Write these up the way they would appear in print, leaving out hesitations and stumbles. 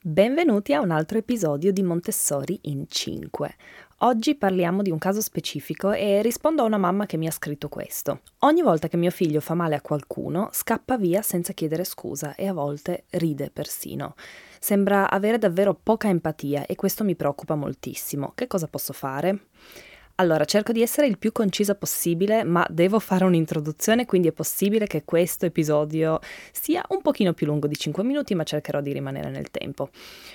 Benvenuti a un altro episodio di Montessori in 5. Oggi parliamo di un caso specifico e rispondo a una mamma che mi ha scritto questo. Ogni volta che mio figlio fa male a qualcuno, scappa via senza chiedere scusa e a volte ride persino. Sembra avere davvero poca empatia e questo mi preoccupa moltissimo. Che cosa posso fare? Allora, cerco di essere il più concisa possibile, ma devo fare un'introduzione, quindi è possibile che questo episodio sia un pochino più lungo di 5 minuti, ma cercherò di rimanere nel tempo.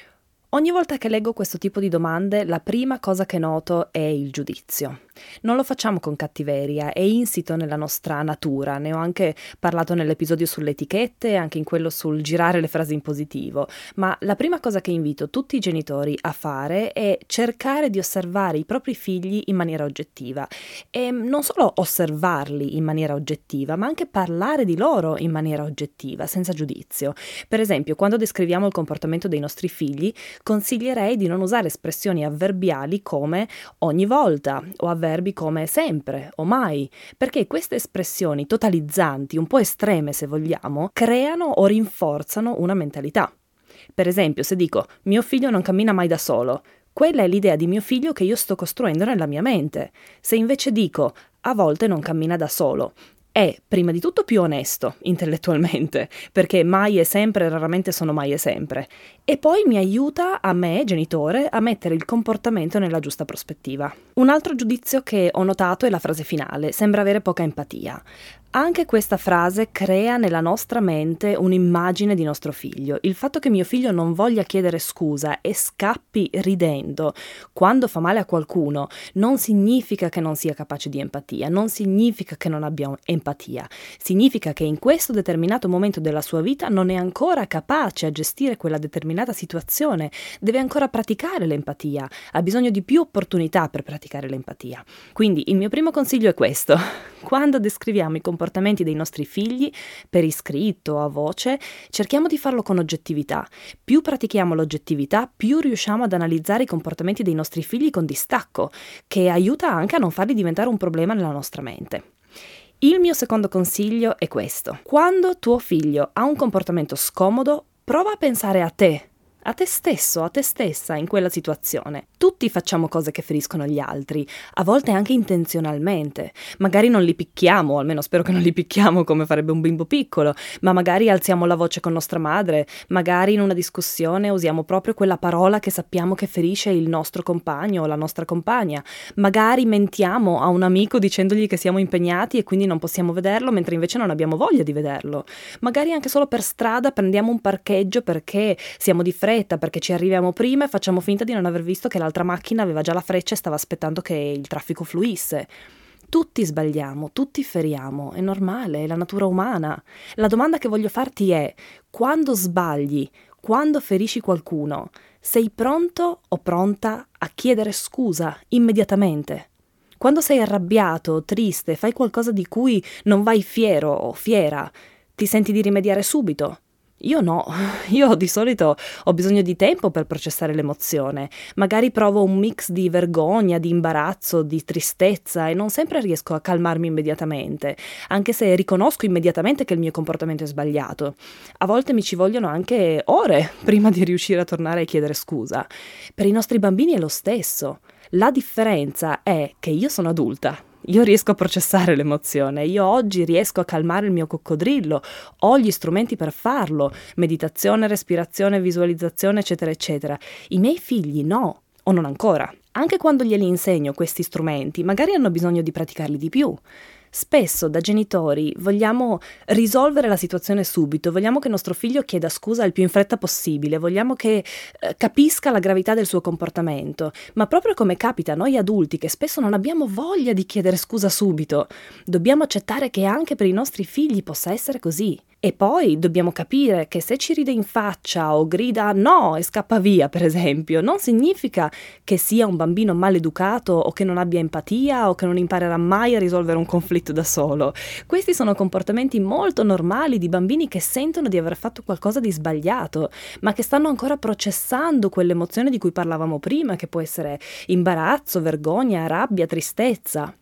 Ogni volta che leggo questo tipo di domande, la prima cosa che noto è il giudizio. Non lo facciamo con cattiveria, è insito nella nostra natura, ne ho anche parlato nell'episodio sulle etichette e anche in quello sul girare le frasi in positivo, ma la prima cosa che invito tutti i genitori a fare è cercare di osservare i propri figli in maniera oggettiva e non solo osservarli in maniera oggettiva, ma anche parlare di loro in maniera oggettiva, senza giudizio. Per esempio, quando descriviamo il comportamento dei nostri figli, consiglierei di non usare espressioni avverbiali come ogni volta o avverbi come sempre o mai, perché queste espressioni totalizzanti, un po' estreme se vogliamo, creano o rinforzano una mentalità. Per esempio, se dico mio figlio non cammina mai da solo, quella è l'idea di mio figlio che io sto costruendo nella mia mente. Se invece dico a volte non cammina da solo, è prima di tutto più onesto intellettualmente, perché mai e sempre raramente sono mai e sempre, e poi mi aiuta a me, genitore, a mettere il comportamento nella giusta prospettiva. Un altro giudizio che ho notato è la frase finale, sembra avere poca empatia. Anche questa frase crea nella nostra mente un'immagine di nostro figlio. Il fatto che mio figlio non voglia chiedere scusa e scappi ridendo quando fa male a qualcuno non significa che non sia capace di empatia, non significa che non abbia empatia, significa che in questo determinato momento della sua vita non è ancora capace a gestire quella determinata situazione, deve ancora praticare l'empatia, ha bisogno di più opportunità per praticare l'empatia. Quindi il mio primo consiglio è questo: quando descriviamo i comportamenti dei nostri figli, per iscritto o a voce, cerchiamo di farlo con oggettività. Più pratichiamo l'oggettività, più riusciamo ad analizzare i comportamenti dei nostri figli con distacco, che aiuta anche a non farli diventare un problema nella nostra mente. Il mio secondo consiglio è questo: quando tuo figlio ha un comportamento scomodo, prova a pensare a te stesso, a te stessa in quella situazione. Tutti facciamo cose che feriscono gli altri, a volte anche intenzionalmente. Magari non li picchiamo, o almeno spero che non li picchiamo come farebbe un bimbo piccolo, ma magari alziamo la voce con nostra madre, magari in una discussione usiamo proprio quella parola che sappiamo che ferisce il nostro compagno o la nostra compagna, magari mentiamo a un amico dicendogli che siamo impegnati e quindi non possiamo vederlo mentre invece non abbiamo voglia di vederlo. Magari anche solo per strada prendiamo un parcheggio perché siamo di fretta, perché ci arriviamo prima e facciamo finta di non aver visto che l'altra macchina aveva già la freccia e stava aspettando che il traffico fluisse. Tutti sbagliamo, tutti feriamo, è normale, è la natura umana. La domanda che voglio farti è: quando sbagli, quando ferisci qualcuno, sei pronto o pronta a chiedere scusa immediatamente? Quando sei arrabbiato, triste, fai qualcosa di cui non vai fiero o fiera, ti senti di rimediare subito? Io no, io di solito ho bisogno di tempo per processare l'emozione, magari provo un mix di vergogna, di imbarazzo, di tristezza e non sempre riesco a calmarmi immediatamente, anche se riconosco immediatamente che il mio comportamento è sbagliato. A volte mi ci vogliono anche ore prima di riuscire a tornare a chiedere scusa. Per i nostri bambini è lo stesso. La differenza è che io sono adulta. Io riesco a processare l'emozione, io oggi riesco a calmare il mio coccodrillo, ho gli strumenti per farlo, meditazione, respirazione, visualizzazione, eccetera, eccetera. I miei figli no, o non ancora. Anche quando glieli insegno questi strumenti, magari hanno bisogno di praticarli di più. Spesso da genitori vogliamo risolvere la situazione subito, vogliamo che nostro figlio chieda scusa il più in fretta possibile, vogliamo che capisca la gravità del suo comportamento, ma proprio come capita a noi adulti che spesso non abbiamo voglia di chiedere scusa subito, dobbiamo accettare che anche per i nostri figli possa essere così. E poi dobbiamo capire che se ci ride in faccia o grida no e scappa via, per esempio, non significa che sia un bambino maleducato o che non abbia empatia o che non imparerà mai a risolvere un conflitto da solo. Questi sono comportamenti molto normali di bambini che sentono di aver fatto qualcosa di sbagliato, ma che stanno ancora processando quell'emozione di cui parlavamo prima, che può essere imbarazzo, vergogna, rabbia, tristezza.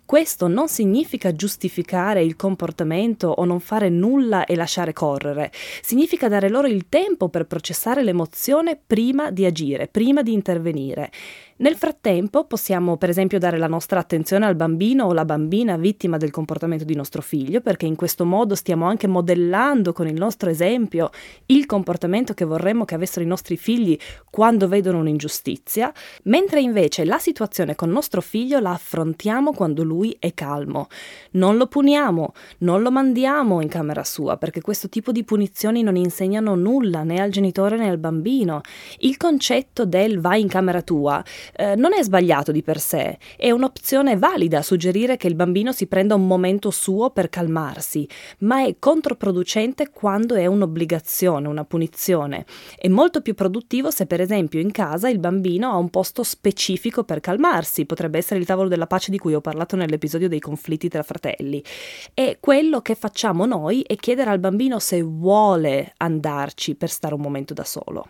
Questo non significa giustificare il comportamento o non fare nulla e lasciare correre, significa dare loro il tempo per processare l'emozione prima di agire, prima di intervenire. Nel frattempo possiamo per esempio dare la nostra attenzione al bambino o la bambina vittima del comportamento di nostro figlio, perché in questo modo stiamo anche modellando con il nostro esempio il comportamento che vorremmo che avessero i nostri figli quando vedono un'ingiustizia, mentre invece la situazione con nostro figlio la affrontiamo quando lui è calmo. Non lo puniamo, non lo mandiamo in camera sua, perché questo tipo di punizioni non insegnano nulla né al genitore né al bambino. Il concetto del vai in camera tua non è sbagliato di per sé, è un'opzione valida suggerire che il bambino si prenda un momento suo per calmarsi, ma è controproducente quando è un'obbligazione, una punizione. È molto più produttivo se per esempio in casa il bambino ha un posto specifico per calmarsi, potrebbe essere il tavolo della pace di cui ho parlato nell'episodio dei conflitti tra fratelli. E quello che facciamo noi è chiedere al bambino se vuole andarci per stare un momento da solo.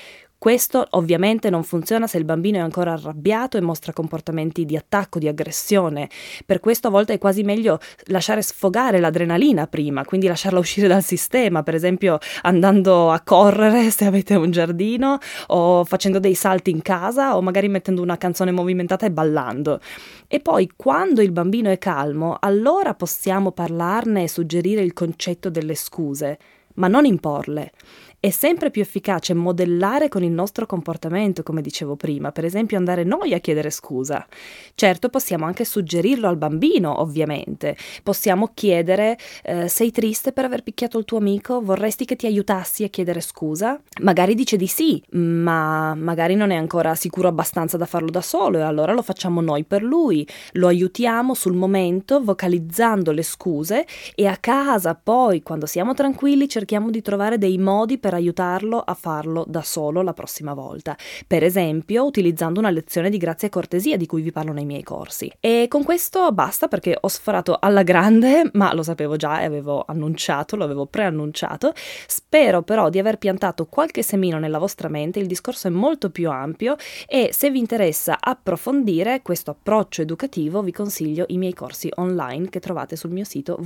Questo ovviamente non funziona se il bambino è ancora arrabbiato e mostra comportamenti di attacco, di aggressione. Per questo a volte è quasi meglio lasciare sfogare l'adrenalina prima, quindi lasciarla uscire dal sistema, per esempio andando a correre se avete un giardino, o facendo dei salti in casa, o magari mettendo una canzone movimentata e ballando. E poi quando il bambino è calmo, allora possiamo parlarne e suggerire il concetto delle scuse, ma non imporle. È sempre più efficace modellare con il nostro comportamento, come dicevo prima, per esempio andare noi a chiedere scusa. Certo, possiamo anche suggerirlo al bambino, ovviamente. Possiamo chiedere, sei triste per aver picchiato il tuo amico? Vorresti che ti aiutassi a chiedere scusa? Magari dice di sì, ma magari non è ancora sicuro abbastanza da farlo da solo e allora lo facciamo noi per lui. Lo aiutiamo sul momento, vocalizzando le scuse e a casa poi, quando siamo tranquilli, cerchiamo di trovare dei modi per aiutarlo a farlo da solo la prossima volta, per esempio utilizzando una lezione di grazia e cortesia di cui vi parlo nei miei corsi. E con questo basta, perché ho sforato alla grande, ma lo sapevo già e avevo annunciato, lo avevo preannunciato. Spero però di aver piantato qualche semino nella vostra mente. Il discorso è molto più ampio e se vi interessa approfondire questo approccio educativo vi consiglio i miei corsi online che trovate sul mio sito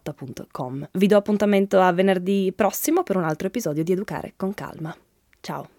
www.lateladicarlotta.com. Vi do appuntamento a venerdì prossimo per un altro episodio di Educare con Calma. Ciao!